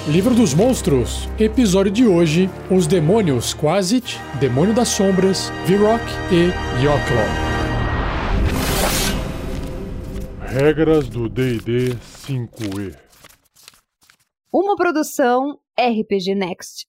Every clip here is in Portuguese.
Livro dos Monstros, episódio de hoje, os demônios Quasit, Demônio das Sombras, Virok e Yochlol. Regras do D&D 5e. Uma produção RPG Next.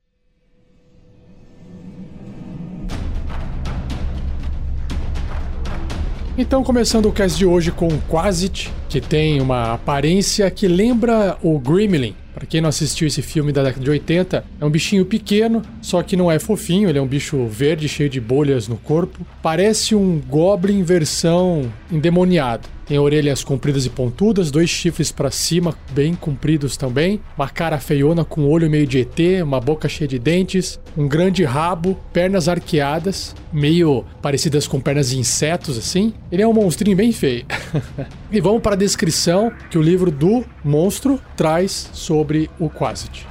Então, começando o cast de hoje com o Quasit, que tem uma aparência que lembra o Gremlin. Para quem não assistiu esse filme da década de 80, é um bichinho pequeno, só que não é fofinho, ele é um bicho verde cheio de bolhas no corpo. Parece um Goblin versão endemoniado. Tem orelhas compridas e pontudas, 2 chifres para cima, bem compridos também, uma cara feiona com olho meio de ET, uma boca cheia de dentes, um grande rabo, pernas arqueadas, meio parecidas com pernas de insetos assim. Ele é um monstrinho bem feio. E vamos para a descrição que o livro do monstro traz sobre o Quasit.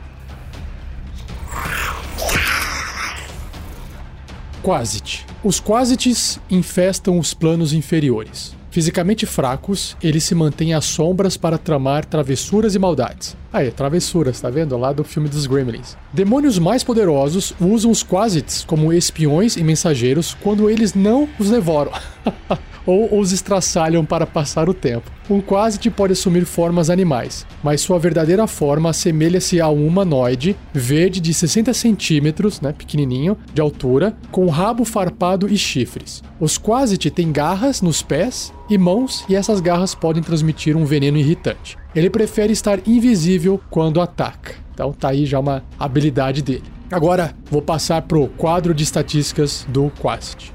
Quasit. Os Quasits infestam os planos inferiores. Fisicamente fracos, eles se mantêm às sombras para tramar travessuras e maldades. Aí, travessuras, tá vendo? Lá do filme dos Gremlins. Demônios mais poderosos usam os Quasits como espiões e mensageiros quando eles não os devoram. Ou os estraçalham para passar o tempo. Um Quasit pode assumir formas animais, mas sua verdadeira forma assemelha-se a um humanoide verde de 60 centímetros, pequenininho, de altura, com rabo farpado e chifres. Os Quasit têm garras nos pés e mãos, e essas garras podem transmitir um veneno irritante. Ele prefere estar invisível quando ataca. Então tá aí já uma habilidade dele. Agora vou passar pro quadro de estatísticas do Quasit.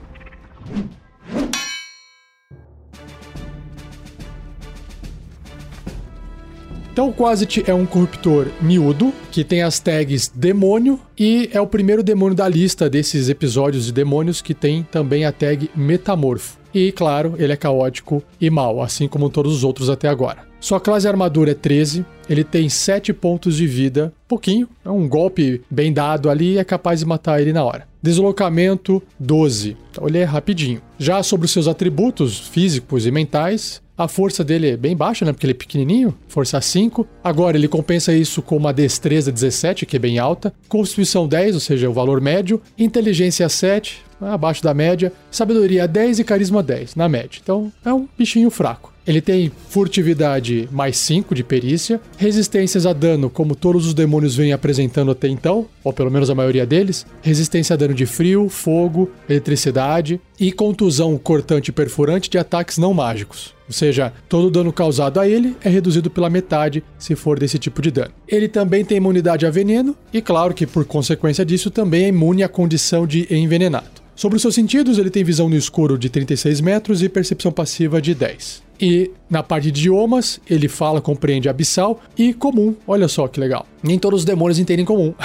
Então o Quasit é um corruptor miúdo, que tem as tags demônio, e é o primeiro demônio da lista desses episódios de demônios que tem também a tag metamorfo. E, claro, ele é caótico e mau, assim como todos os outros até agora. Sua classe de armadura é 13, ele tem 7 pontos de vida, pouquinho, é um golpe bem dado ali e é capaz de matar ele na hora. Deslocamento 12, então ele é rapidinho. Já sobre os seus atributos físicos e mentais, a força dele é bem baixa, porque ele é pequenininho, força 5. Agora ele compensa isso com uma destreza 17, que é bem alta, constituição 10, ou seja, o valor médio, inteligência 7, abaixo da média, sabedoria 10 e carisma 10, na média. Então é um bichinho fraco. Ele tem furtividade mais 5 de perícia, resistências a dano, como todos os demônios vêm apresentando até então, ou pelo menos a maioria deles, resistência a dano de frio, fogo, eletricidade e contusão cortante e perfurante de ataques não mágicos. Ou seja, todo o dano causado a ele é reduzido pela metade se for desse tipo de dano. Ele também tem imunidade a veneno e, claro que por consequência disso, também é imune à condição de envenenado. Sobre os seus sentidos, ele tem visão no escuro de 36 metros e percepção passiva de 10. E na parte de idiomas, ele fala, compreende abissal e comum. Olha só que legal. Nem todos os demônios entendem comum.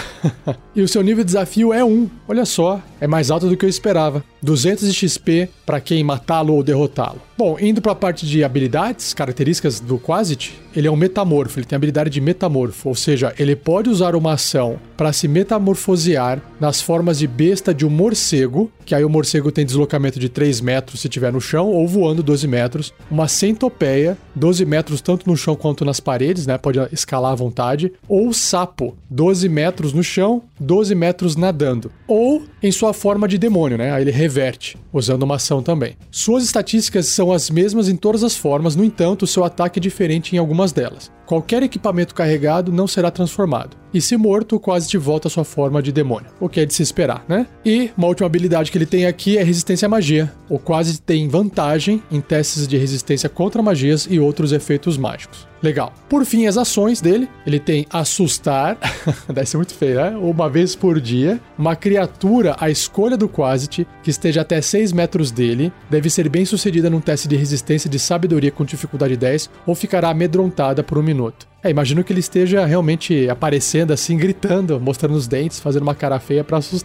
E o seu nível de desafio é 1. Olha só, é mais alto do que eu esperava. 200 de XP para quem matá-lo ou derrotá-lo. Bom, indo para a parte de habilidades, características do Quasit, ele é um metamorfo, ele tem a habilidade de metamorfo, ou seja, ele pode usar uma ação para se metamorfosear nas formas de besta de um morcego, que aí o morcego tem deslocamento de 3 metros se estiver no chão, ou voando 12 metros, uma centopeia, 12 metros tanto no chão quanto nas paredes, pode escalar à vontade, ou sapo, 12 metros no chão, 12 metros nadando, ou em sua forma de demônio, aí ele reverte, usando uma ação também. Suas estatísticas são as mesmas em todas as formas, no entanto, seu ataque é diferente em algumas delas. Qualquer equipamento carregado não será transformado. E se morto, quase te volta à sua forma de demônio. O que é de se esperar, E uma última habilidade que ele tem aqui é resistência à magia. O quase tem vantagem em testes de resistência contra magias e outros efeitos mágicos. Legal. Por fim, as ações dele. Ele tem assustar, deve ser muito feio, uma vez por dia. Uma criatura à escolha do Quasit, que esteja até 6 metros dele, deve ser bem sucedida num teste de resistência de sabedoria com dificuldade 10 ou ficará amedrontada por 1 minuto. Imagino que ele esteja realmente aparecendo assim, gritando, mostrando os dentes, fazendo uma cara feia pra assustar.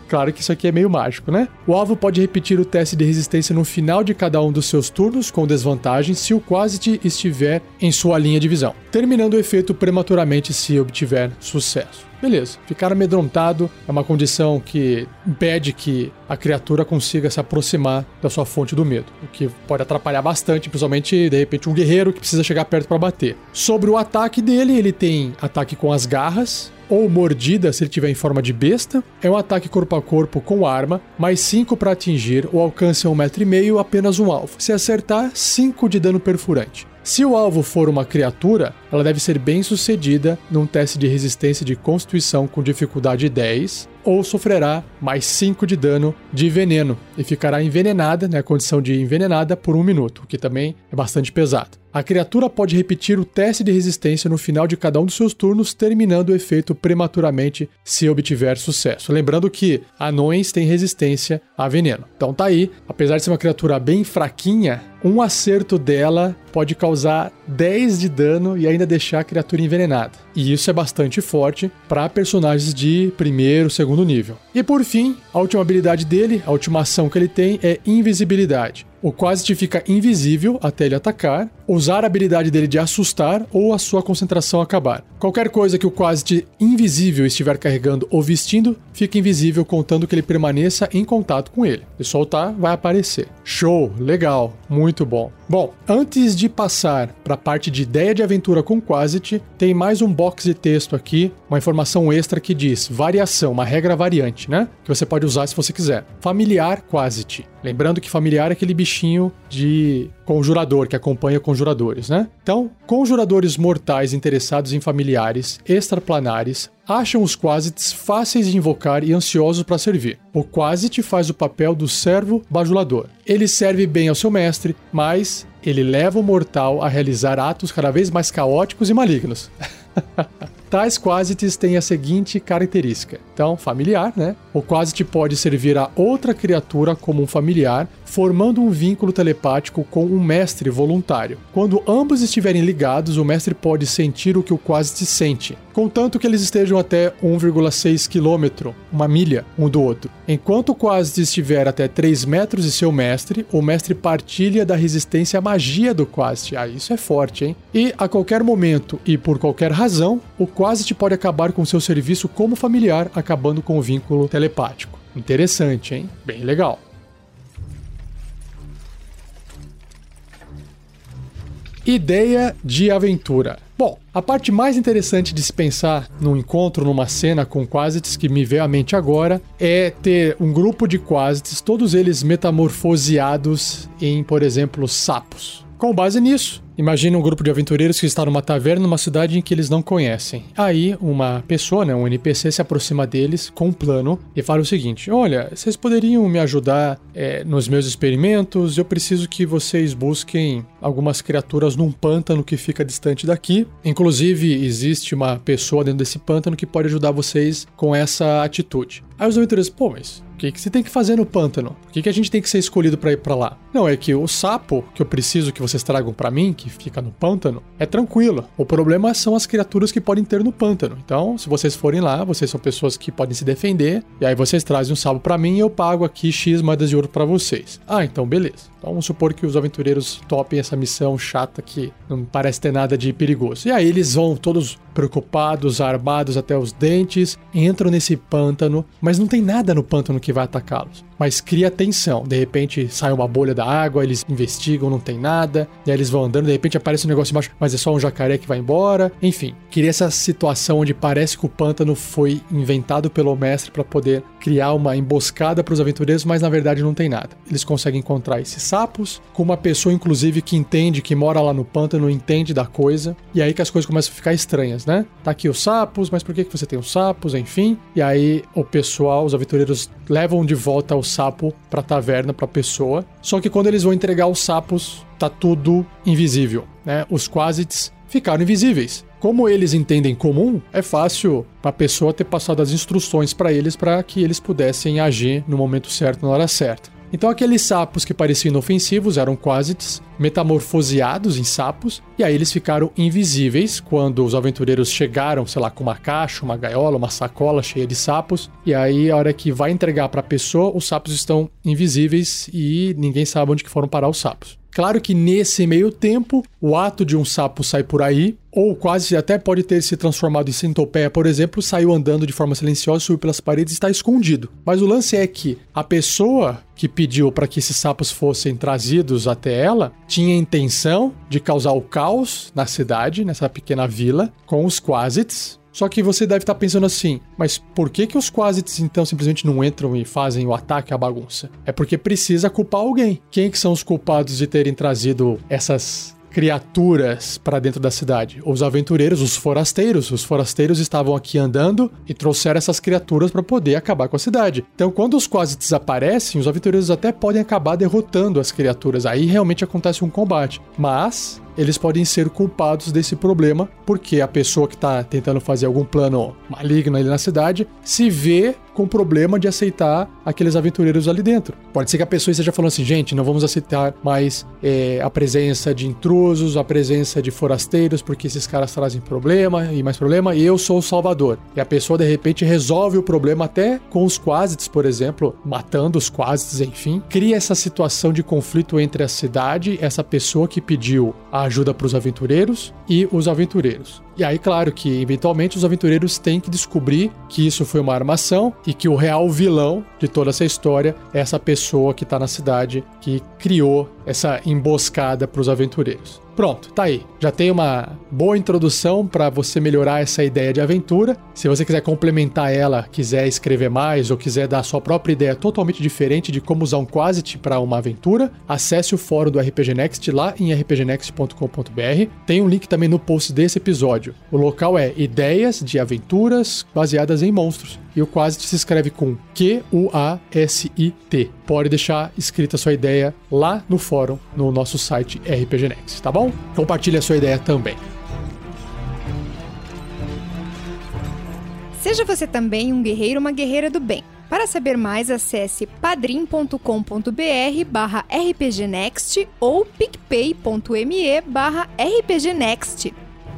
Claro que isso aqui é meio mágico, né? O alvo pode repetir o teste de resistência no final de cada um dos seus turnos, com desvantagem se o Quasity estiver em sua linha de visão, terminando o efeito prematuramente se obtiver sucesso. Beleza, ficar amedrontado é uma condição que impede que a criatura consiga se aproximar da sua fonte do medo, o que pode atrapalhar bastante, principalmente, de repente, um guerreiro que precisa chegar perto para bater. Sobre o ataque dele, ele tem ataque com as garras, ou mordida se ele tiver em forma de besta. É um ataque corpo a corpo com arma, mais 5 para atingir, o alcance é 1,5 m, apenas um alvo. Se acertar, 5 de dano perfurante. Se o alvo for uma criatura, ela deve ser bem sucedida num teste de resistência de constituição com dificuldade 10, ou sofrerá mais 5 de dano de veneno e ficará envenenada, né, a condição de envenenada, por 1 minuto, o que também é bastante pesado. A criatura pode repetir o teste de resistência no final de cada um dos seus turnos, terminando o efeito prematuramente se obtiver sucesso. Lembrando que anões têm resistência a veneno. Então tá aí, apesar de ser uma criatura bem fraquinha, um acerto dela pode causar 10 de dano e ainda deixar a criatura envenenada. E isso é bastante forte para personagens de primeiro, segundo nível. E por fim, a última habilidade dele, a última ação que ele tem é invisibilidade. O Quasity fica invisível até ele atacar, usar a habilidade dele de assustar ou a sua concentração acabar. Qualquer coisa que o Quasity invisível estiver carregando ou vestindo, fica invisível, contando que ele permaneça em contato com ele. Se soltar, vai aparecer. Show! Legal! Muito bom! Bom, antes de passar para a parte de ideia de aventura com Quasity, tem mais um box de texto aqui, uma informação extra que diz variação, uma regra variante, né? Que você pode usar se você quiser. Familiar Quasity. Lembrando que familiar é aquele bichinho de conjurador, que acompanha conjuradores, né? Então, conjuradores mortais interessados em familiares extraplanares acham os Quasites fáceis de invocar e ansiosos para servir. O Quasity faz o papel do servo bajulador. Ele serve bem ao seu mestre, mas ele leva o mortal a realizar atos cada vez mais caóticos e malignos. Tais Quasites têm a seguinte característica. Então, familiar, né? O Quasity pode servir a outra criatura como um familiar, formando um vínculo telepático com um mestre voluntário. Quando ambos estiverem ligados, o mestre pode sentir o que o Quasity sente, contanto que eles estejam até 1,6 km, uma milha, um do outro. Enquanto o Quasity estiver até 3 metros de seu mestre, o mestre partilha da resistência à magia do Quasity. Ah, isso é forte, hein? E a qualquer momento e por qualquer razão, o Quasity pode acabar com seu serviço como familiar, acabando com o vínculo telepático. Interessante, hein? Bem legal. Ideia de aventura. Bom, a parte mais interessante de se pensar num encontro, numa cena com Quasites, que me veio à mente agora, é ter um grupo de Quasites, todos eles metamorfoseados em, por exemplo, sapos. Com base nisso, imagina um grupo de aventureiros que está numa taverna numa cidade em que eles não conhecem. Aí uma pessoa, um NPC, se aproxima deles com um plano e fala o seguinte: olha, vocês poderiam me ajudar nos meus experimentos? Eu preciso que vocês busquem algumas criaturas num pântano que fica distante daqui. Inclusive, existe uma pessoa dentro desse pântano que pode ajudar vocês com essa atitude. Aí os aventureiros, pô, mas o que você tem que fazer no pântano? Por que a gente tem que ser escolhido para ir para lá? Não, é que o sapo que eu preciso que vocês tragam para mim, que fica no pântano, é tranquilo. O problema são as criaturas que podem ter no pântano. Então, se vocês forem lá, vocês são pessoas que podem se defender, e aí vocês trazem um sapo para mim e eu pago aqui X moedas de ouro para vocês. Ah, então beleza. Então vamos supor que os aventureiros topem essa missão chata que não parece ter nada de perigoso. E aí eles vão todos preocupados, armados até os dentes, entram nesse pântano, mas não tem nada no pântano que vai atacá-los. Mas cria tensão. De repente sai uma bolha da água, eles investigam, não tem nada, e aí eles vão andando, de repente aparece um negócio embaixo, mas é só um jacaré que vai embora. Enfim, cria essa situação onde parece que o pântano foi inventado pelo mestre para poder criar uma emboscada para os aventureiros, mas na verdade não tem nada. Eles conseguem encontrar esses sapos, com uma pessoa inclusive que entende, que mora lá no pântano, entende da coisa, e aí que as coisas começam a ficar estranhas, né? Tá aqui os sapos, mas por que você tem os sapos? Enfim, e aí o pessoal, os aventureiros levam de volta o sapo pra taverna, pra pessoa, só que quando eles vão entregar os sapos, tá tudo invisível, né? Os Quasites ficaram invisíveis. Como eles entendem comum, é fácil a pessoa ter passado as instruções para que eles pudessem agir no momento certo, na hora certa. Então aqueles sapos que pareciam inofensivos eram Quasites, metamorfoseados em sapos, e aí eles ficaram invisíveis quando os aventureiros chegaram, sei lá, com uma caixa, uma gaiola, uma sacola cheia de sapos, e aí a hora que vai entregar para a pessoa, os sapos estão invisíveis e ninguém sabe onde que foram parar os sapos. Claro que nesse meio tempo, o ato de um sapo sair por aí, ou quase até pode ter se transformado em centopeia, por exemplo, saiu andando de forma silenciosa, subiu pelas paredes e está escondido. Mas o lance é que a pessoa que pediu para que esses sapos fossem trazidos até ela tinha a intenção de causar o caos na cidade, nessa pequena vila, com os Quasits. Só que você deve estar pensando assim, mas por que os Quasits então simplesmente não entram e fazem o ataque à bagunça? É porque precisa culpar alguém. Quem que são os culpados de terem trazido essas criaturas para dentro da cidade? Os aventureiros, os forasteiros. Os forasteiros estavam aqui andando e trouxeram essas criaturas para poder acabar com a cidade. Então, quando os Quasits aparecem, os aventureiros até podem acabar derrotando as criaturas. Aí realmente acontece um combate. Mas eles podem ser culpados desse problema porque a pessoa que está tentando fazer algum plano maligno ali na cidade se vê com problema de aceitar aqueles aventureiros ali dentro. Pode ser que a pessoa esteja falando assim, gente, não vamos aceitar mais a presença de intrusos, a presença de forasteiros, porque esses caras trazem problema e mais problema, e eu sou o salvador. E a pessoa, de repente, resolve o problema até com os Quasits, por exemplo, matando os Quasits, enfim. Cria essa situação de conflito entre a cidade, essa pessoa que pediu a ajuda para os aventureiros e os aventureiros. E aí, claro que, eventualmente, os aventureiros têm que descobrir que isso foi uma armação e que o real vilão de toda essa história é essa pessoa que está na cidade que criou essa emboscada para os aventureiros. Pronto, tá aí. Já tem uma boa introdução para você melhorar essa ideia de aventura. Se você quiser complementar ela, quiser escrever mais ou quiser dar a sua própria ideia totalmente diferente de como usar um Quasit para uma aventura, acesse o fórum do RPG Next lá em rpgnext.com.br. Tem um link também no post desse episódio. O local é Ideias de Aventuras Baseadas em Monstros. E o Quasit se escreve com Q-U-A-S-I-T. Pode deixar escrita a sua ideia lá no fórum, no nosso site RPG Next, tá bom? Compartilhe a sua ideia também. Seja você também um guerreiro ou uma guerreira do bem. Para saber mais, acesse padrim.com.br/rpgnext ou picpay.me/rpgnext.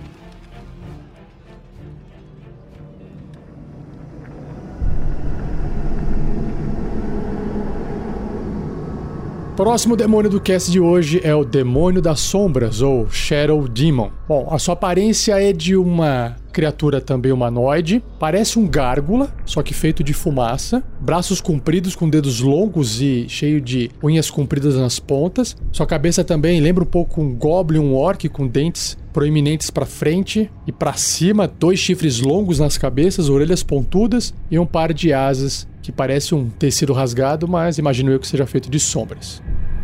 Próximo demônio do cast de hoje é o Demônio das Sombras, ou Shadow Demon. Bom, a sua aparência é de uma criatura também humanoide, parece um gárgula, só que feito de fumaça, braços compridos com dedos longos e cheio de unhas compridas nas pontas. Sua cabeça também lembra um pouco um goblin, um orc com dentes proeminentes para frente e para cima, 2 chifres longos nas cabeças, orelhas pontudas e um par de asas que parece um tecido rasgado, mas imagino eu que seja feito de sombras.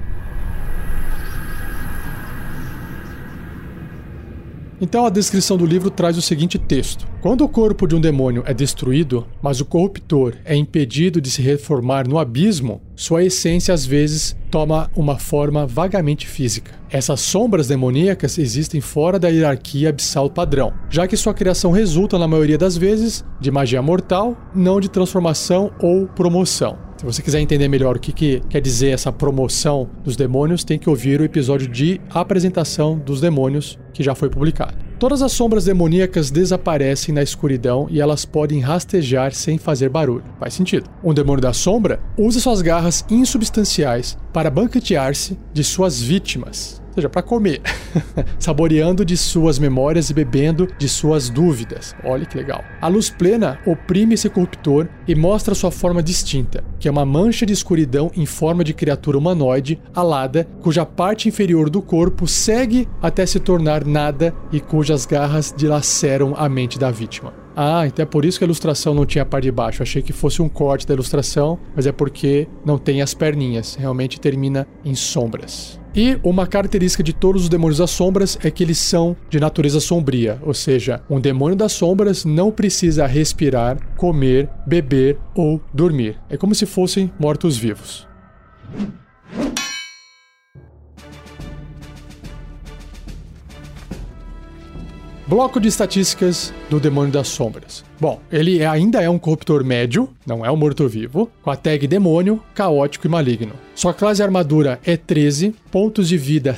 Então a descrição do livro traz o seguinte texto. Quando o corpo de um demônio é destruído, mas o corruptor é impedido de se reformar no abismo, sua essência às vezes toma uma forma vagamente física. Essas sombras demoníacas existem fora da hierarquia abissal padrão, já que sua criação resulta, na maioria das vezes, de magia mortal, não de transformação ou promoção. Se você quiser entender melhor o que quer dizer essa promoção dos demônios, tem que ouvir o episódio de apresentação dos demônios, que já foi publicado. Todas as sombras demoníacas desaparecem na escuridão e elas podem rastejar sem fazer barulho. Faz sentido. Um demônio da sombra usa suas garras insubstanciais para banquetear-se de suas vítimas. Ou seja, para comer, saboreando de suas memórias e bebendo de suas dúvidas. Olha que legal. A luz plena oprime esse corruptor e mostra sua forma distinta, que é uma mancha de escuridão em forma de criatura humanoide alada, cuja parte inferior do corpo segue até se tornar nada e cujas garras dilaceram a mente da vítima. Ah, então é por isso que a ilustração não tinha a parte de baixo. Achei que fosse um corte da ilustração, mas é porque não tem as perninhas. Realmente termina em sombras. E uma característica de todos os demônios das sombras é que eles são de natureza sombria, ou seja, um demônio das sombras não precisa respirar, comer, beber ou dormir. É como se fossem mortos-vivos. Bloco de estatísticas do Demônio das Sombras. Bom, ele ainda é um corruptor médio, não é um morto-vivo, com a tag Demônio, Caótico e Maligno. Sua classe de armadura é 13, pontos de vida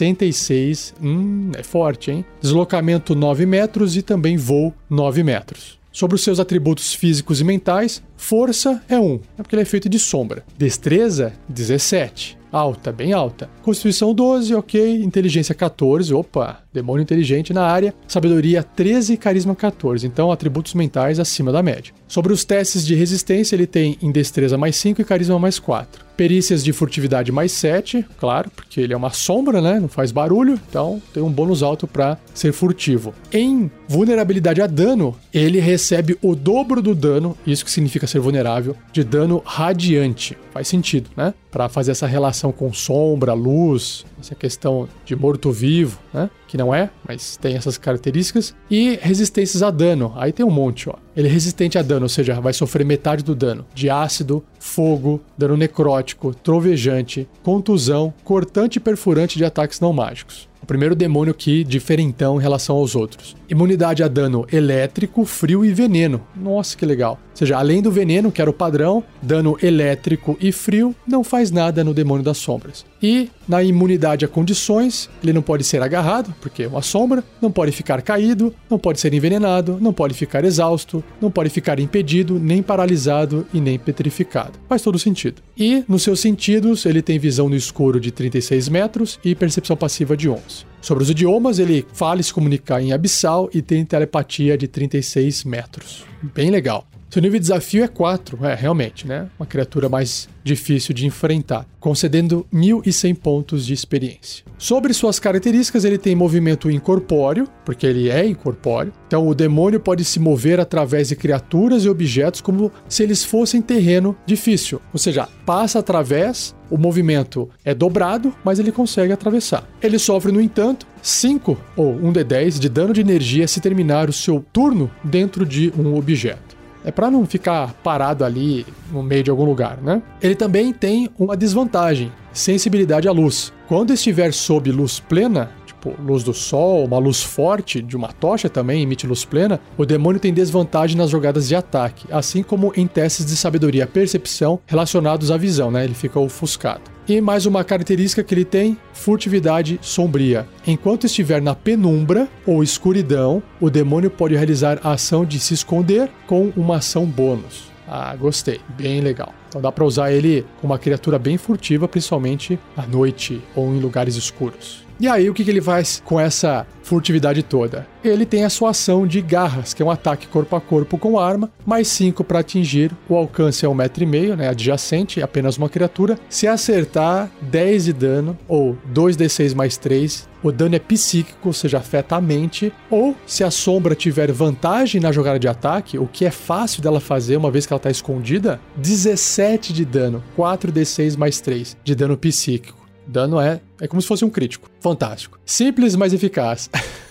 66, é forte, hein? Deslocamento 9 metros e também voo 9 metros. Sobre os seus atributos físicos e mentais, força é 1, é porque ele é feito de sombra. Destreza, 17. Alta, bem alta. Constituição 12, ok. Inteligência 14, opa, demônio inteligente na área. Sabedoria 13 e carisma 14, então atributos mentais acima da média. Sobre os testes de resistência, ele tem em destreza mais 5 e carisma mais 4. Perícias de furtividade mais 7, claro, porque ele é uma sombra, né? Não faz barulho, então tem um bônus alto para ser furtivo. Em vulnerabilidade a dano, ele recebe o dobro do dano, isso que significa ser vulnerável, de dano radiante. Faz sentido, né? Para fazer essa relação com sombra, luz, essa questão de morto-vivo, né? Que não é, mas tem essas características. E resistências a dano, aí tem um monte, ó. Ele é resistente a dano, ou seja, vai sofrer metade do dano. De ácido, fogo, dano necrótico, trovejante, contusão, cortante e perfurante de ataques não mágicos. O primeiro demônio que diferentão em relação aos outros. Imunidade a dano elétrico, frio e veneno. Nossa, que legal. Ou seja, além do veneno, que era o padrão, dano elétrico e frio não faz nada no Demônio das Sombras. E na imunidade a condições, ele não pode ser agarrado, porque é uma sombra, não pode ficar caído, não pode ser envenenado, não pode ficar exausto, não pode ficar impedido, nem paralisado e nem petrificado. Faz todo sentido. E nos seus sentidos, ele tem visão no escuro de 36 metros e percepção passiva de 11. Sobre os idiomas, ele fala e se comunicar em abissal e tem telepatia de 36 metros. Bem legal. Seu nível de desafio é 4, realmente, né? Uma criatura mais difícil de enfrentar, concedendo 1.100 pontos de experiência. Sobre suas características, ele tem movimento incorpóreo, porque ele é incorpóreo. Então, o demônio pode se mover através de criaturas e objetos como se eles fossem terreno difícil. Ou seja, passa através, o movimento é dobrado, mas ele consegue atravessar. Ele sofre, no entanto, 5 ou 1d10 de dano de energia se terminar o seu turno dentro de um objeto. É para não ficar parado ali no meio de algum lugar, né? Ele também tem uma desvantagem, sensibilidade à luz. Quando estiver sob luz plena, tipo luz do sol, uma luz forte de uma tocha também emite luz plena, o demônio tem desvantagem nas jogadas de ataque, assim como em testes de sabedoria e percepção relacionados à visão, né? Ele fica ofuscado. E mais uma característica que ele tem, furtividade sombria. Enquanto estiver na penumbra ou escuridão, o demônio pode realizar a ação de se esconder com uma ação bônus. Ah, gostei. Bem legal. Então dá para usar ele como uma criatura bem furtiva, principalmente à noite ou em lugares escuros. E aí, o que ele faz com essa furtividade toda? Ele tem a sua ação de garras, que é um ataque corpo a corpo com arma, mais 5 para atingir, o alcance é 1,5 m, né, adjacente, apenas uma criatura. Se acertar, 10 de dano, ou 2d6 mais 3, o dano é psíquico, ou seja, afeta a mente, ou se a sombra tiver vantagem na jogada de ataque, o que é fácil dela fazer uma vez que ela está escondida, 17 de dano, 4d6 mais 3 de dano psíquico. Dano é como se fosse um crítico. Fantástico. Simples, mas eficaz.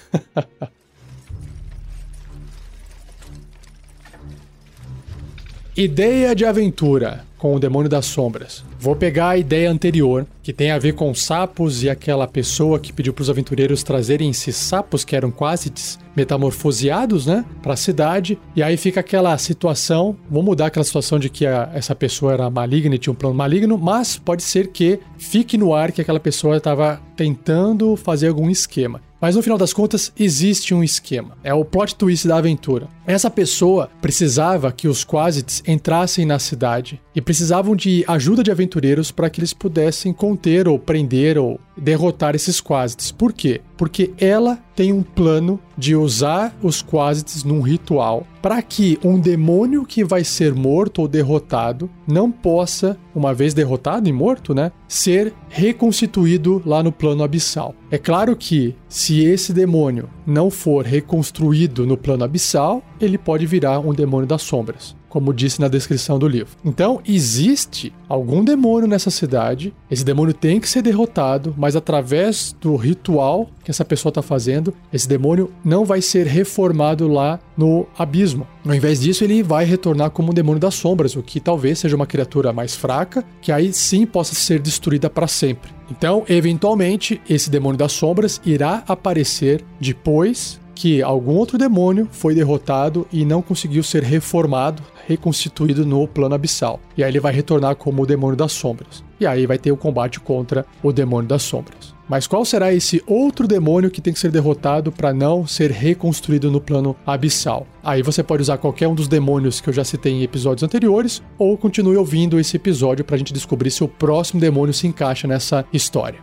Ideia de aventura com o Demônio das Sombras. Vou pegar a ideia anterior, que tem a ver com sapos e aquela pessoa que pediu para os aventureiros trazerem esses sapos que eram quase metamorfoseados, né, para a cidade. E aí fica aquela situação, vou mudar aquela situação de que essa pessoa era maligna e tinha um plano maligno, mas pode ser que fique no ar que aquela pessoa estava tentando fazer algum esquema. Mas no final das contas, existe um esquema. É o plot twist da aventura. Essa pessoa precisava que os Quasites entrassem na cidade e precisavam de ajuda de aventureiros para que eles pudessem conter ou prender ou derrotar esses Quasites. Por quê? Porque ela tem um plano de usar os Quasites num ritual para que um demônio que vai ser morto ou derrotado não possa, uma vez derrotado e morto, né, ser reconstituído lá no plano abissal. É claro que se esse demônio não for reconstruído no plano abissal, ele pode virar um demônio das sombras, como disse na descrição do livro. Então, existe algum demônio nessa cidade, esse demônio tem que ser derrotado, mas através do ritual que essa pessoa está fazendo, esse demônio não vai ser reformado lá no abismo. Ao invés disso, ele vai retornar como um demônio das sombras, o que talvez seja uma criatura mais fraca, que aí sim possa ser destruída para sempre. Então, eventualmente, esse demônio das sombras irá aparecer depois que algum outro demônio foi derrotado e não conseguiu ser reformado, reconstituído no plano abissal. E aí ele vai retornar como o demônio das sombras. E aí vai ter o combate contra o demônio das sombras. Mas qual será esse outro demônio que tem que ser derrotado para não ser reconstruído no plano abissal? Aí você pode usar qualquer um dos demônios que eu já citei em episódios anteriores, ou continue ouvindo esse episódio para a gente descobrir se o próximo demônio se encaixa nessa história.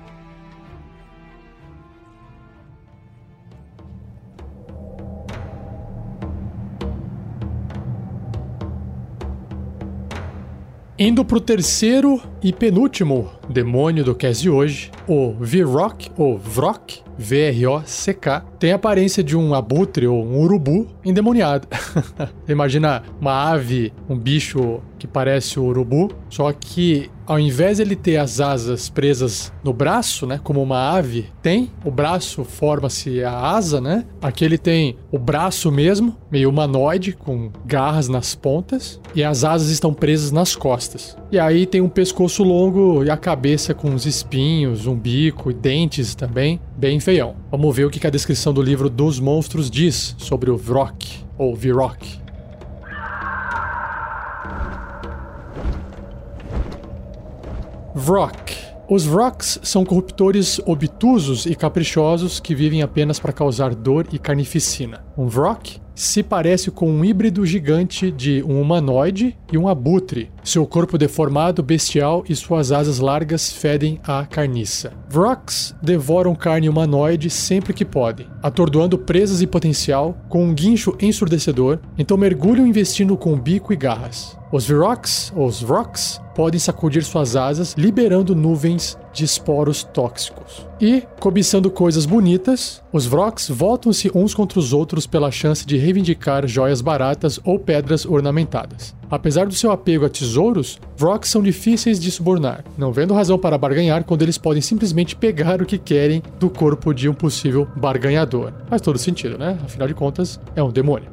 Indo pro terceiro e penúltimo demônio do cast de hoje, o Vrok, ou Vrok, V-R-O-C-K, tem a aparência de um abutre ou um urubu endemoniado. Imagina uma ave, um bicho que parece o urubu, só que ao invés de ele ter as asas presas no braço, né, como uma ave tem, o braço forma-se a asa, né? Aqui ele tem o braço mesmo, meio humanoide, com garras nas pontas, e as asas estão presas nas costas. E aí tem um pescoço longo e a cabeça com uns espinhos, um bico e dentes também, bem feião. Vamos ver o que a descrição do livro dos monstros diz sobre o Vrok, ou Vrok. Vrok. Os Vroks são corruptores obtusos e caprichosos que vivem apenas para causar dor e carnificina. Um Vrok se parece com um híbrido gigante de um humanoide e um abutre. Seu corpo deformado, bestial e suas asas largas fedem a carniça. Vroks devoram carne humanoide sempre que podem, atordoando presas em potencial com um guincho ensurdecedor, então mergulham investindo com bico e garras. Os Vroks, ou os Vroks, podem sacudir suas asas, liberando nuvens de esporos tóxicos. E, cobiçando coisas bonitas, os Vroks voltam-se uns contra os outros pela chance de reivindicar joias baratas ou pedras ornamentadas. Apesar do seu apego a tesouros, Vroks são difíceis de subornar, não vendo razão para barganhar quando eles podem simplesmente pegar o que querem do corpo de um possível barganhador. Faz todo sentido, né? Afinal de contas, é um demônio.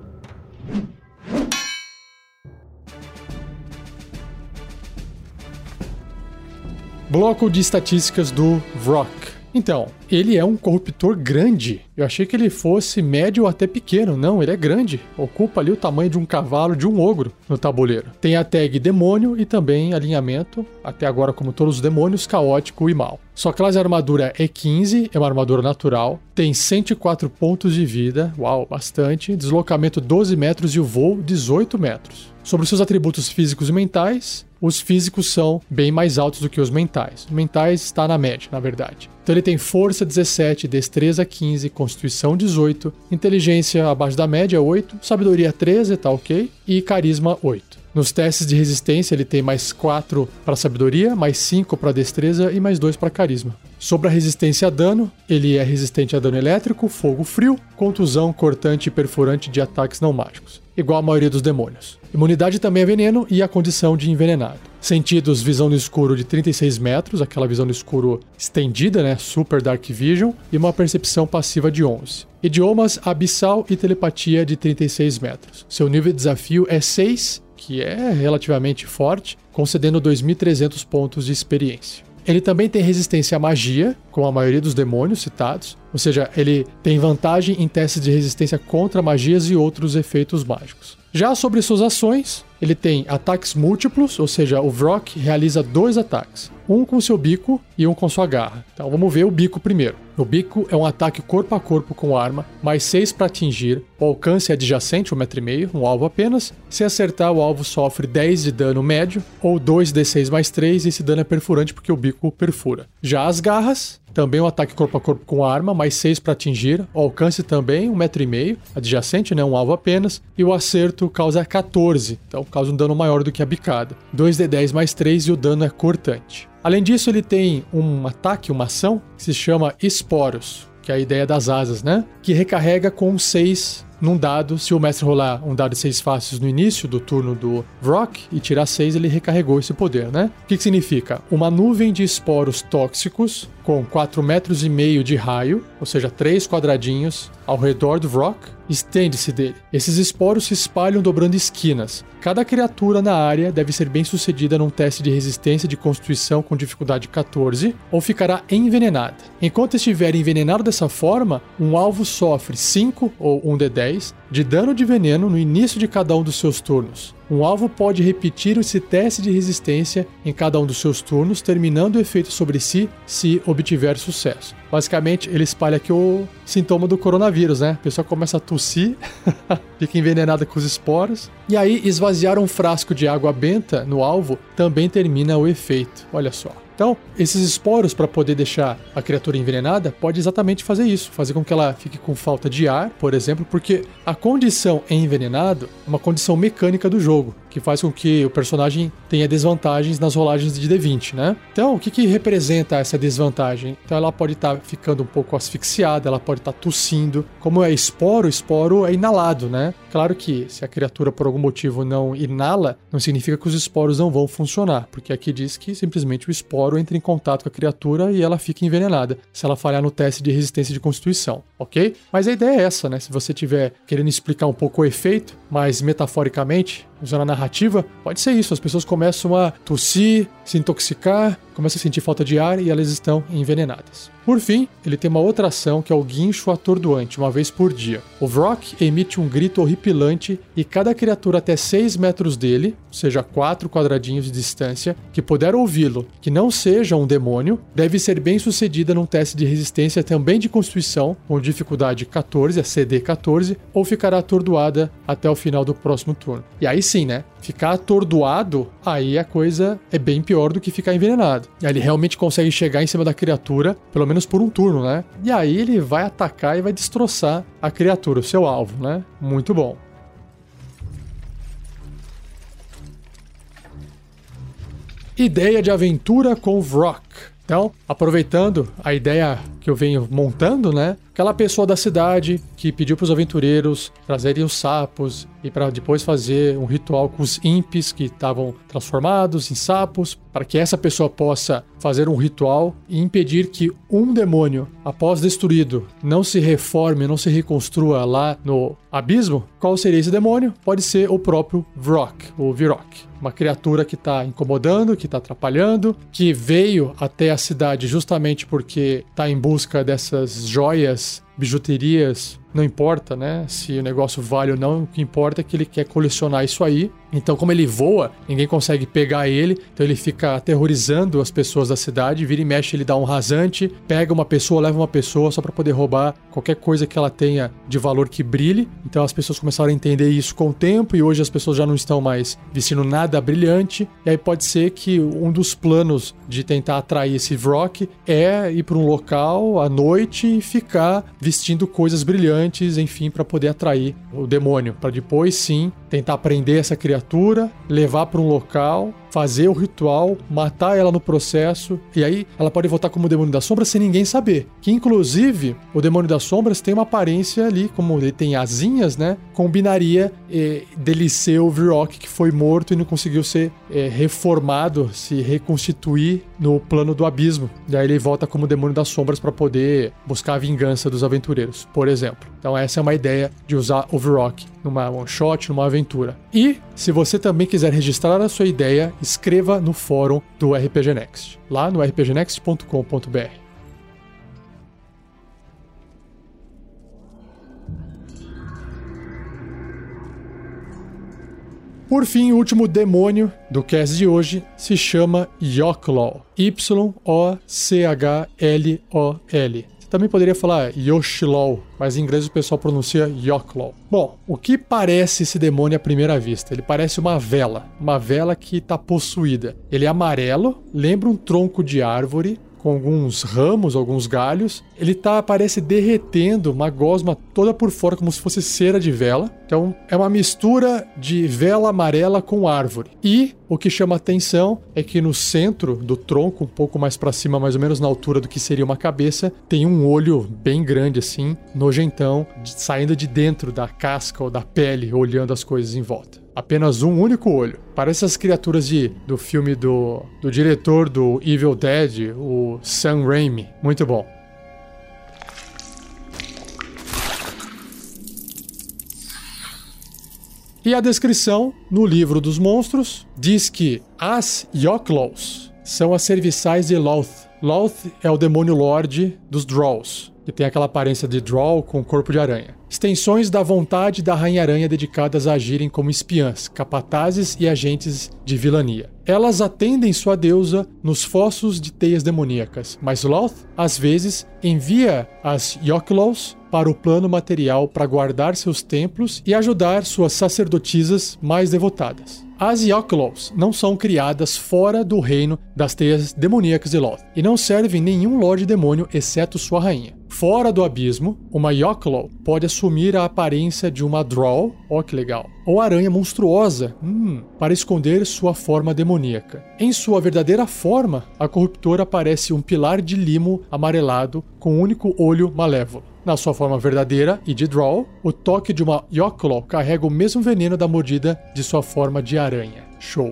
Bloco de estatísticas do Vrok. Então, ele é um corruptor grande. Eu achei que ele fosse médio ou até pequeno. Não, ele é grande. Ocupa ali o tamanho de um cavalo, de um ogro no tabuleiro. Tem a tag demônio e também alinhamento, até agora como todos os demônios, caótico e mal. Sua classe de armadura é 15, é uma armadura natural. Tem 104 pontos de vida, uau, bastante. Deslocamento 12 metros e o voo 18 metros. Sobre seus atributos físicos e mentais, os físicos são bem mais altos do que os mentais. Os mentais está na média, na verdade. Então ele tem força 17, destreza 15, constituição 18, inteligência abaixo da média 8, sabedoria 13, tá ok, e carisma 8. Nos testes de resistência ele tem mais 4 para sabedoria, mais 5 para destreza e mais 2 para carisma. Sobre a resistência a dano, ele é resistente a dano elétrico, fogo frio, contusão, cortante e perfurante de ataques não mágicos, igual a maioria dos demônios. Imunidade também é veneno e a condição de envenenado. Sentidos, visão no escuro de 36 metros, aquela visão no escuro estendida, né? Super Dark Vision, e uma percepção passiva de 11. Idiomas, abissal e telepatia de 36 metros. Seu nível de desafio é 6, que é relativamente forte, concedendo 2.300 pontos de experiência. Ele também tem resistência à magia, como a maioria dos demônios citados, ou seja, ele tem vantagem em testes de resistência contra magias e outros efeitos mágicos. Já sobre suas ações, ele tem ataques múltiplos, ou seja, o Vrok realiza 2 ataques, um com seu bico e um com sua garra. Então vamos ver o bico primeiro. O bico é um ataque corpo a corpo com arma, mais 6 para atingir, o alcance é adjacente, 1,5 m, um alvo apenas. Se acertar, o alvo sofre 10 de dano médio, ou 2d6 mais 3, e esse dano é perfurante porque o bico perfura. Já as garras, também um ataque corpo a corpo com arma, mais 6 para atingir, o alcance também 1,5 m, adjacente, né, um alvo apenas, e o acerto causa 14, então causa um dano maior do que a bicada. 2d10 mais 3 e o dano é cortante. Além disso, ele tem um ataque, uma ação, que se chama Esporos, que é a ideia das asas, né? Que recarrega com 6 num dado, se o mestre rolar um dado de 6 faces no início do turno do Vrock e tirar 6, ele recarregou esse poder, né? O que significa? Uma nuvem de esporos tóxicos com 4,5 metros de raio, ou seja, 3 quadradinhos ao redor do Vrock, estende-se dele. Esses esporos se espalham dobrando esquinas. Cada criatura na área deve ser bem sucedida num teste de resistência de constituição com dificuldade 14 ou ficará envenenada. Enquanto estiver envenenado dessa forma, um alvo sofre 5 ou 1d10 de dano de veneno no início de cada um dos seus turnos. Um alvo pode repetir esse teste de resistência em cada um dos seus turnos, terminando o efeito sobre si se obtiver sucesso. Basicamente, ele espalha aqui o sintoma do coronavírus, né? A pessoa começa a tossir, fica envenenada com os esporos. E aí, esvaziar um frasco de água benta no alvo também termina o efeito. Olha só. Então, esses esporos, para poder deixar a criatura envenenada, pode exatamente fazer isso, fazer com que ela fique com falta de ar, por exemplo, porque a condição envenenado é uma condição mecânica do jogo, que faz com que o personagem tenha desvantagens nas rolagens de D20, né? Então, o que representa essa desvantagem? Então, ela pode estar ficando um pouco asfixiada, ela pode estar tossindo. Como é esporo, o esporo é inalado, né? Claro que se a criatura por algum motivo não inala, não significa que os esporos não vão funcionar, porque aqui diz que simplesmente o esporo entra em contato com a criatura e ela fica envenenada, se ela falhar no teste de resistência de constituição, ok? Mas a ideia é essa, né? Se você estiver querendo explicar um pouco o efeito, mas metaforicamente, usando a narrativa, pode ser isso. As pessoas começam a tossir, se intoxicar, começam a sentir falta de ar e elas estão envenenadas. Por fim, ele tem uma outra ação que é o guincho atordoante, uma vez por dia. O Vrock emite um grito horripilante e cada criatura até 6 metros dele, ou seja, 4 quadradinhos de distância, que puder ouvi-lo, que não seja um demônio, deve ser bem sucedida num teste de resistência também de constituição, com dificuldade 14, a CD 14, ou ficará atordoada até o final do próximo turno. E aí sim, né? Ficar atordoado, aí a coisa é bem pior do que ficar envenenado. E aí ele realmente consegue chegar em cima da criatura, pelo menos por um turno, né? E aí ele vai atacar e vai destroçar a criatura, o seu alvo, né? Muito bom. Ideia de aventura com Vrock. Então, aproveitando a ideia que eu venho montando, né? Aquela pessoa da cidade que pediu para os aventureiros trazerem os sapos e para depois fazer um ritual com os imps que estavam transformados em sapos, para que essa pessoa possa fazer um ritual e impedir que um demônio, após destruído, não se reforme, não se reconstrua lá no abismo. Qual seria esse demônio? Pode ser o próprio Vrock, ou Virok. Uma criatura que está incomodando, que está atrapalhando, que veio até a cidade justamente porque está em busca dessas joias, bijuterias, não importa, né, se o negócio vale ou não, o que importa é que ele quer colecionar isso aí. Então, como ele voa, ninguém consegue pegar ele, então ele fica aterrorizando as pessoas da cidade, vira e mexe, ele dá um rasante, pega uma pessoa, leva uma pessoa só para poder roubar qualquer coisa que ela tenha de valor que brilhe. Então as pessoas começaram a entender isso com o tempo e hoje as pessoas já não estão mais vestindo nada brilhante, e aí pode ser que um dos planos de tentar atrair esse Vrock é ir para um local à noite e ficar vestindo coisas brilhantes, enfim, para poder atrair o demônio, para depois sim tentar prender essa criatura, levar para um local, fazer o ritual, matar ela no processo, e aí ela pode voltar como Demônio das Sombras sem ninguém saber. Que inclusive o Demônio das Sombras tem uma aparência ali, como ele tem asinhas, né? Combinaria dele ser o Vrock que foi morto e não conseguiu ser reformado, se reconstituir no plano do abismo. E aí ele volta como Demônio das Sombras para poder buscar a vingança dos aventureiros, por exemplo. Então essa é uma ideia de usar o Vrock numa one shot, numa aventura. E se você também quiser registrar a sua ideia, escreva no fórum do RPG Next, lá no rpgnext.com.br. Por fim, o último demônio do cast de hoje se chama Yochlol. Y-O-C-H-L-O-L. Você também poderia falar Yoshlol, mas em inglês o pessoal pronuncia Yochlol. Bom, o que parece esse demônio à primeira vista? Ele parece uma vela que está possuída. Ele é amarelo, lembra um tronco de árvore, com alguns ramos, alguns galhos. Ele parece derretendo uma gosma toda por fora, como se fosse cera de vela. Então, é uma mistura de vela amarela com árvore. E o que chama atenção é que no centro do tronco, um pouco mais para cima, mais ou menos na altura do que seria uma cabeça, tem um olho bem grande assim, nojentão, saindo de dentro da casca ou da pele, olhando as coisas em volta. Apenas um único olho. Parece as criaturas do filme do diretor do Evil Dead, o Sam Raimi. Muito bom. E a descrição no livro dos monstros diz que as Yoclaws são as serviçais de Lolth. Lolth é o demônio lorde dos Drolls, que tem aquela aparência de Droll com corpo de aranha. Extensões da vontade da Rainha-Aranha dedicadas a agirem como espiãs, capatazes e agentes de vilania. Elas atendem sua deusa nos fossos de teias demoníacas, mas Lolth, às vezes, envia as Yoclaws para o plano material para guardar seus templos e ajudar suas sacerdotisas mais devotadas. As Yoclaws não são criadas fora do reino das teias demoníacas de Lolth e não servem nenhum Lorde Demônio exceto sua rainha. Fora do abismo, uma Yoclaw pode assumir a aparência de uma Droll, ó que legal, ou aranha monstruosa, para esconder sua forma demoníaca. Em sua verdadeira forma, a corruptora parece um pilar de limo amarelado com um único olho malévolo. Na sua forma verdadeira e de Droll, o toque de uma Yoclaw carrega o mesmo veneno da mordida de sua forma de aranha. Show!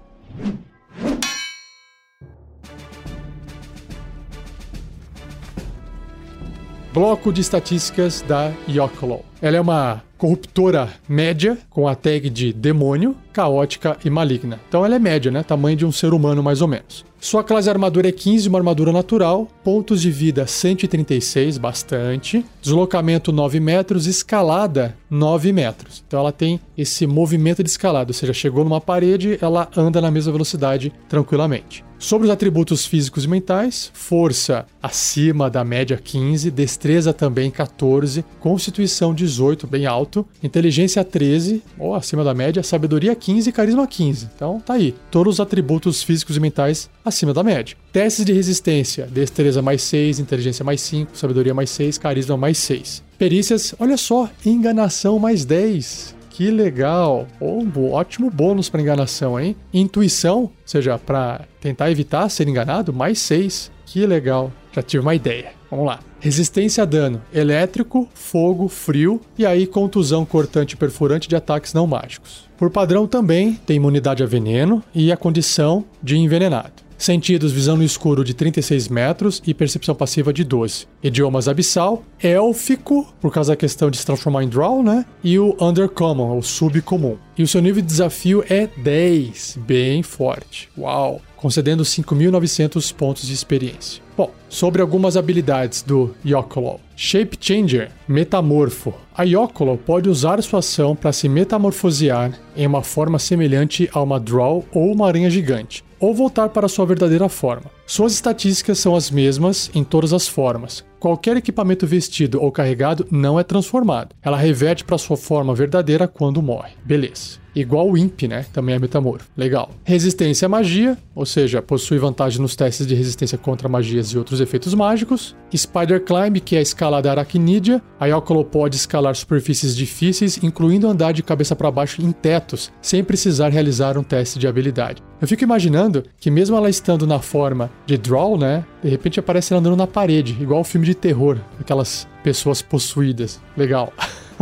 Bloco de estatísticas da Yoclaw. Ela é uma corruptora média, com a tag de demônio, caótica e maligna. Então ela é média, né? Tamanho de um ser humano mais ou menos. Sua classe de armadura é 15, uma armadura natural. Pontos de vida 136, bastante. Deslocamento 9 metros, escalada 9 metros. Então ela tem esse movimento de escalada, ou seja, chegou numa parede, ela anda na mesma velocidade tranquilamente. Sobre os atributos físicos e mentais, força acima da média 15, destreza também 14, constituição 18, bem alto, inteligência 13, ou acima da média, sabedoria 15 e carisma 15. Então tá aí, todos os atributos físicos e mentais acima da média. Testes de resistência, destreza mais 6, inteligência mais 5, sabedoria mais 6, carisma mais 6. Perícias, olha só, enganação mais 10. Que legal! Ótimo bônus para enganação, hein? Intuição, ou seja, para tentar evitar ser enganado, mais 6. Que legal! Já tive uma ideia. Vamos lá. Resistência a dano elétrico, fogo, frio e aí contusão cortante e perfurante de ataques não mágicos. Por padrão também tem imunidade a veneno e a condição de envenenado. Sentidos, visão no escuro de 36 metros e percepção passiva de 12. Idiomas abissal, élfico, por causa da questão de se transformar em Drow, né? E o Undercommon, o subcomum. E o seu nível de desafio é 10, bem forte. Uau! Concedendo 5.900 pontos de experiência. Bom, sobre algumas habilidades do Yoclaw. Shape Changer, metamorfo. A Yoclaw pode usar sua ação para se metamorfosear em uma forma semelhante a uma Drow ou uma aranha gigante, ou voltar para sua verdadeira forma. Suas estatísticas são as mesmas em todas as formas. Qualquer equipamento vestido ou carregado não é transformado. Ela reverte para sua forma verdadeira quando morre. Beleza. Igual o Imp, né? Também é metamorfo. Legal. Resistência à magia, ou seja, possui vantagem nos testes de resistência contra magias e outros efeitos mágicos. Spider Climb, que é a escalada aracnídea. A Yoclaw pode escalar superfícies difíceis, incluindo andar de cabeça para baixo em tetos, sem precisar realizar um teste de habilidade. Eu fico imaginando que mesmo ela estando na forma de Drow, né? De repente aparece ela andando na parede, igual o filme de terror, aquelas pessoas possuídas. Legal.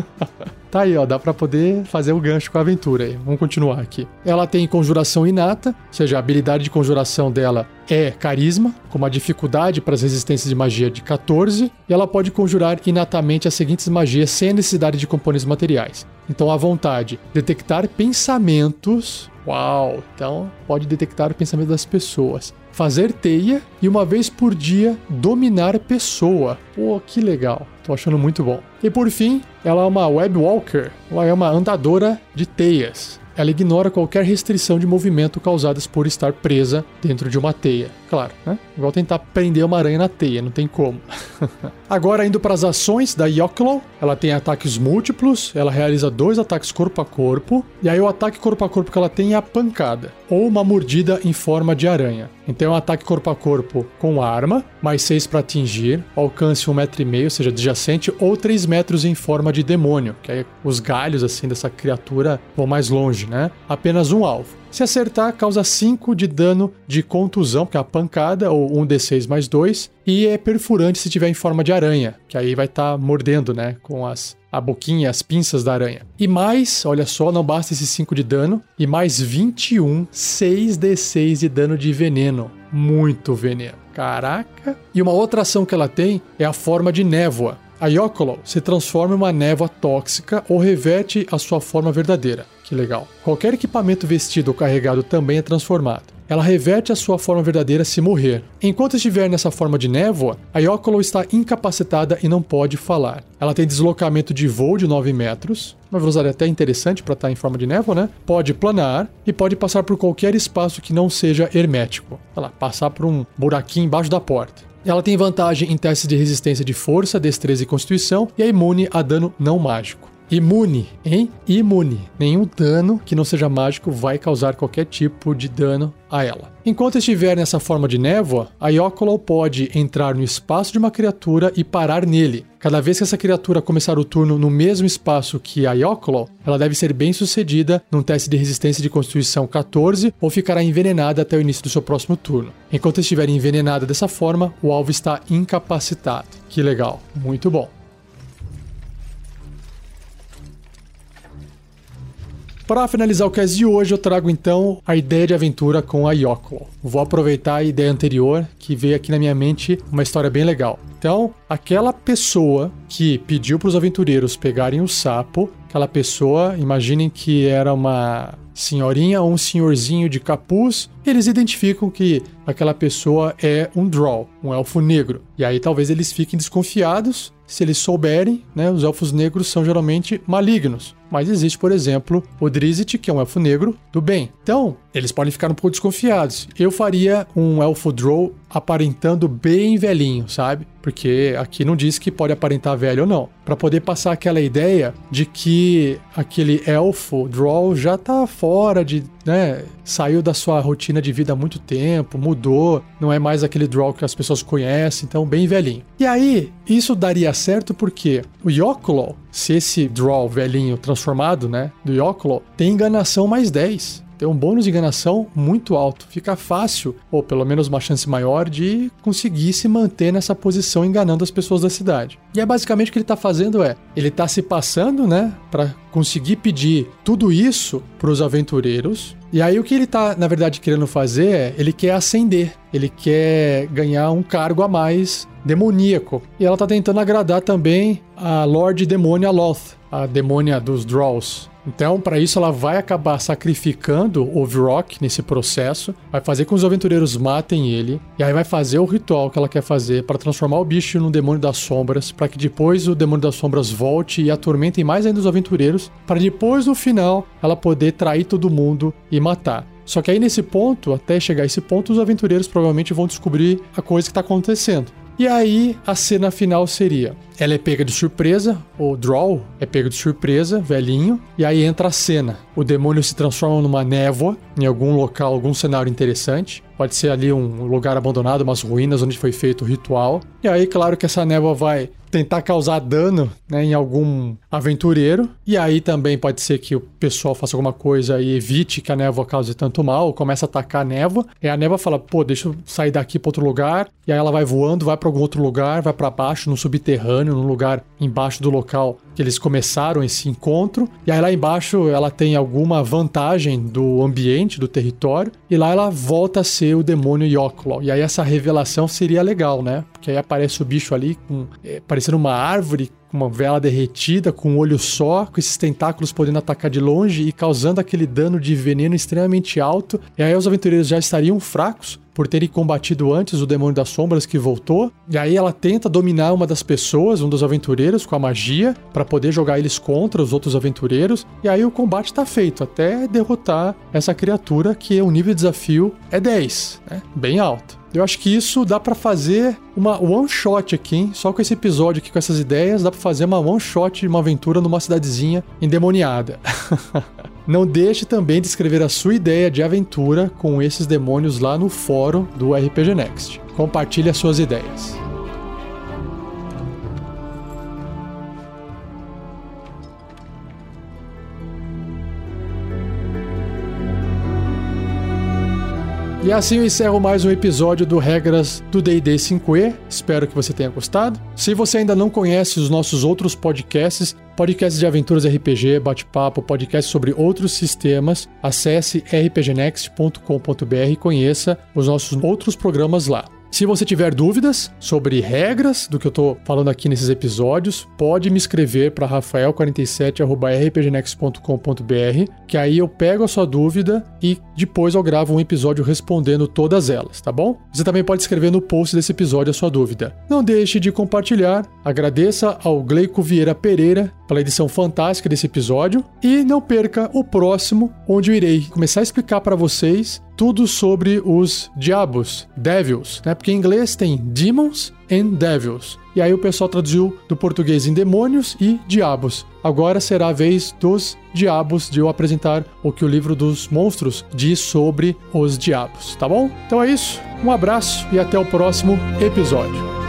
Tá aí, ó, dá pra poder fazer o gancho com a aventura aí. Vamos continuar aqui. Ela tem conjuração inata, ou seja, a habilidade de conjuração dela é carisma, com uma dificuldade para as resistências de magia de 14, e ela pode conjurar inatamente as seguintes magias sem a necessidade de componentes materiais. Então, à vontade, detectar pensamentos. Uau! Então, pode detectar o pensamento das pessoas. Fazer teia e uma vez por dia dominar pessoa. Pô, que legal. Tô achando muito bom. E por fim, ela é uma Web Walker. Ela é uma andadora de teias. Ela ignora qualquer restrição de movimento causadas por estar presa dentro de uma teia. Claro, né? Igual tentar prender uma aranha na teia, não tem como. Agora, indo para as ações da Yoclaw, ela tem ataques múltiplos, ela realiza 2 ataques corpo a corpo, e aí o ataque corpo a corpo que ela tem é a pancada, ou uma mordida em forma de aranha. Então é um ataque corpo a corpo com arma, mais 6 para atingir, alcance 1,5 m, ou seja, adjacente, ou 3 metros em forma de demônio, que aí os galhos assim dessa criatura vão mais longe, né? Apenas um alvo. Se acertar, causa 5 de dano de contusão, que é a pancada, ou 1d6 mais 2, e é perfurante se tiver em forma de aranha, que aí vai estar mordendo, né, com a boquinha, as pinças da aranha. E mais, olha só, não basta esses 5 de dano, e mais 21, 6d6 de dano de veneno. Muito veneno. Caraca! E uma outra ação que ela tem é a forma de névoa. A Yocolo se transforma em uma névoa tóxica ou reverte a sua forma verdadeira. Que legal. Qualquer equipamento vestido ou carregado também é transformado. Ela reverte a sua forma verdadeira se morrer. Enquanto estiver nessa forma de névoa, a Yocolo está incapacitada e não pode falar. Ela tem deslocamento de voo de 9 metros, uma velocidade até interessante para estar em forma de névoa, né? Pode planar e pode passar por qualquer espaço que não seja hermético. Olha lá, passar por um buraquinho embaixo da porta. Ela tem vantagem em testes de resistência de força, destreza e constituição e é imune a dano não mágico. Imune, hein? Imune. Nenhum dano que não seja mágico vai causar qualquer tipo de dano a ela. Enquanto estiver nessa forma de névoa, a Yocolo pode entrar no espaço de uma criatura e parar nele. Cada vez que essa criatura começar o turno no mesmo espaço que a Yocolo, ela deve ser bem sucedida num teste de resistência de constituição 14 ou ficará envenenada até o início do seu próximo turno. Enquanto estiver envenenada dessa forma, o alvo está incapacitado. Que legal, muito bom. Para finalizar o cast de hoje, eu trago então a ideia de aventura com a Yocolo. Vou aproveitar a ideia anterior, que veio aqui na minha mente uma história bem legal. Então, aquela pessoa que pediu para os aventureiros pegarem o sapo, aquela pessoa, imaginem que era uma senhorinha ou um senhorzinho de capuz, eles identificam que aquela pessoa é um Drow, um elfo negro. E aí talvez eles fiquem desconfiados. Se eles souberem, né, os elfos negros são geralmente malignos. Mas existe, por exemplo, o Drizzt, que é um elfo negro do bem. Então, eles podem ficar um pouco desconfiados. Eu faria um elfo Drow aparentando bem velhinho, sabe? Porque aqui não diz que pode aparentar velho ou não. Para poder passar aquela ideia de que aquele elfo Drow já tá fora de, né, saiu da sua rotina de vida há muito tempo, mudou, não é mais aquele Drow que as pessoas conhecem, então bem velhinho. E aí, isso daria certo porque o Yocolo, se esse Drow velhinho transformado, né, do Yocolo, tem enganação mais 10. Tem um bônus de enganação muito alto. Fica fácil, ou pelo menos uma chance maior, de conseguir se manter nessa posição enganando as pessoas da cidade. E é basicamente o que ele tá fazendo ele tá se passando, né, para conseguir pedir tudo isso pros aventureiros. E aí o que ele tá, na verdade, querendo fazer ele quer ascender. Ele quer ganhar um cargo a mais demoníaco. E ela tá tentando agradar também a Lorde Demônia Loth, a demônia dos Drows. Então, para isso, ela vai acabar sacrificando o Vrock nesse processo, vai fazer com que os aventureiros matem ele, e aí vai fazer o ritual que ela quer fazer para transformar o bicho num demônio das sombras, para que depois o demônio das sombras volte e atormentem mais ainda os aventureiros, para depois, no final, ela poder trair todo mundo e matar. Só que aí, nesse ponto, até chegar a esse ponto, os aventureiros provavelmente vão descobrir a coisa que está acontecendo. E aí, a cena final seria... Ela é pega de surpresa, o Drow é pego de surpresa, velhinho, e aí entra a cena. O demônio se transforma numa névoa, em algum local, algum cenário interessante. Pode ser ali um lugar abandonado, umas ruínas onde foi feito o ritual. E aí, claro que essa névoa vai tentar causar dano, né, em algum aventureiro. E aí também pode ser que o pessoal faça alguma coisa e evite que a névoa cause tanto mal, ou comece a atacar a névoa. E a névoa fala, pô, deixa eu sair daqui para outro lugar. E aí ela vai voando, vai para algum outro lugar, vai para baixo, no subterrâneo, num lugar embaixo do local que eles começaram esse encontro. E aí lá embaixo ela tem alguma vantagem do ambiente, do território. E lá ela volta a ser o demônio Yocolo. E aí essa revelação seria legal, né? Porque aí aparece o bicho ali, parecendo uma árvore, com uma vela derretida, com um olho só, com esses tentáculos podendo atacar de longe e causando aquele dano de veneno extremamente alto. E aí os aventureiros já estariam fracos por terem combatido antes o demônio das sombras que voltou. E aí ela tenta dominar uma das pessoas, um dos aventureiros, com a magia, para poder jogar eles contra os outros aventureiros. E aí o combate tá feito, até derrotar essa criatura, que o nível de desafio é 10, né? Bem alto. Eu acho que isso dá pra fazer uma one shot aqui, hein? Só com esse episódio aqui, com essas ideias, dá pra fazer uma one shot de uma aventura numa cidadezinha endemoniada. Não deixe também de escrever a sua ideia de aventura com esses demônios lá no fórum do RPG Next. Compartilhe as suas ideias. E assim eu encerro mais um episódio do Regras do D&D 5e. Espero que você tenha gostado. Se você ainda não conhece os nossos outros podcasts de aventuras RPG, bate-papo, podcasts sobre outros sistemas, acesse rpgnext.com.br e conheça os nossos outros programas lá. Se você tiver dúvidas sobre regras do que eu estou falando aqui nesses episódios, pode me escrever para rafael47@rpgnext.com.br, que aí eu pego a sua dúvida e depois eu gravo um episódio respondendo todas elas, tá bom? Você também pode escrever no post desse episódio a sua dúvida. Não deixe de compartilhar, agradeça ao Gleico Vieira Pereira pela edição fantástica desse episódio e não perca o próximo, onde eu irei começar a explicar para vocês tudo sobre os diabos, devils, né? Porque em inglês tem demons and devils. E aí o pessoal traduziu do português em demônios e diabos. Agora será a vez dos diabos de eu apresentar o que o livro dos monstros diz sobre os diabos, tá bom? Então é isso, um abraço e até o próximo episódio.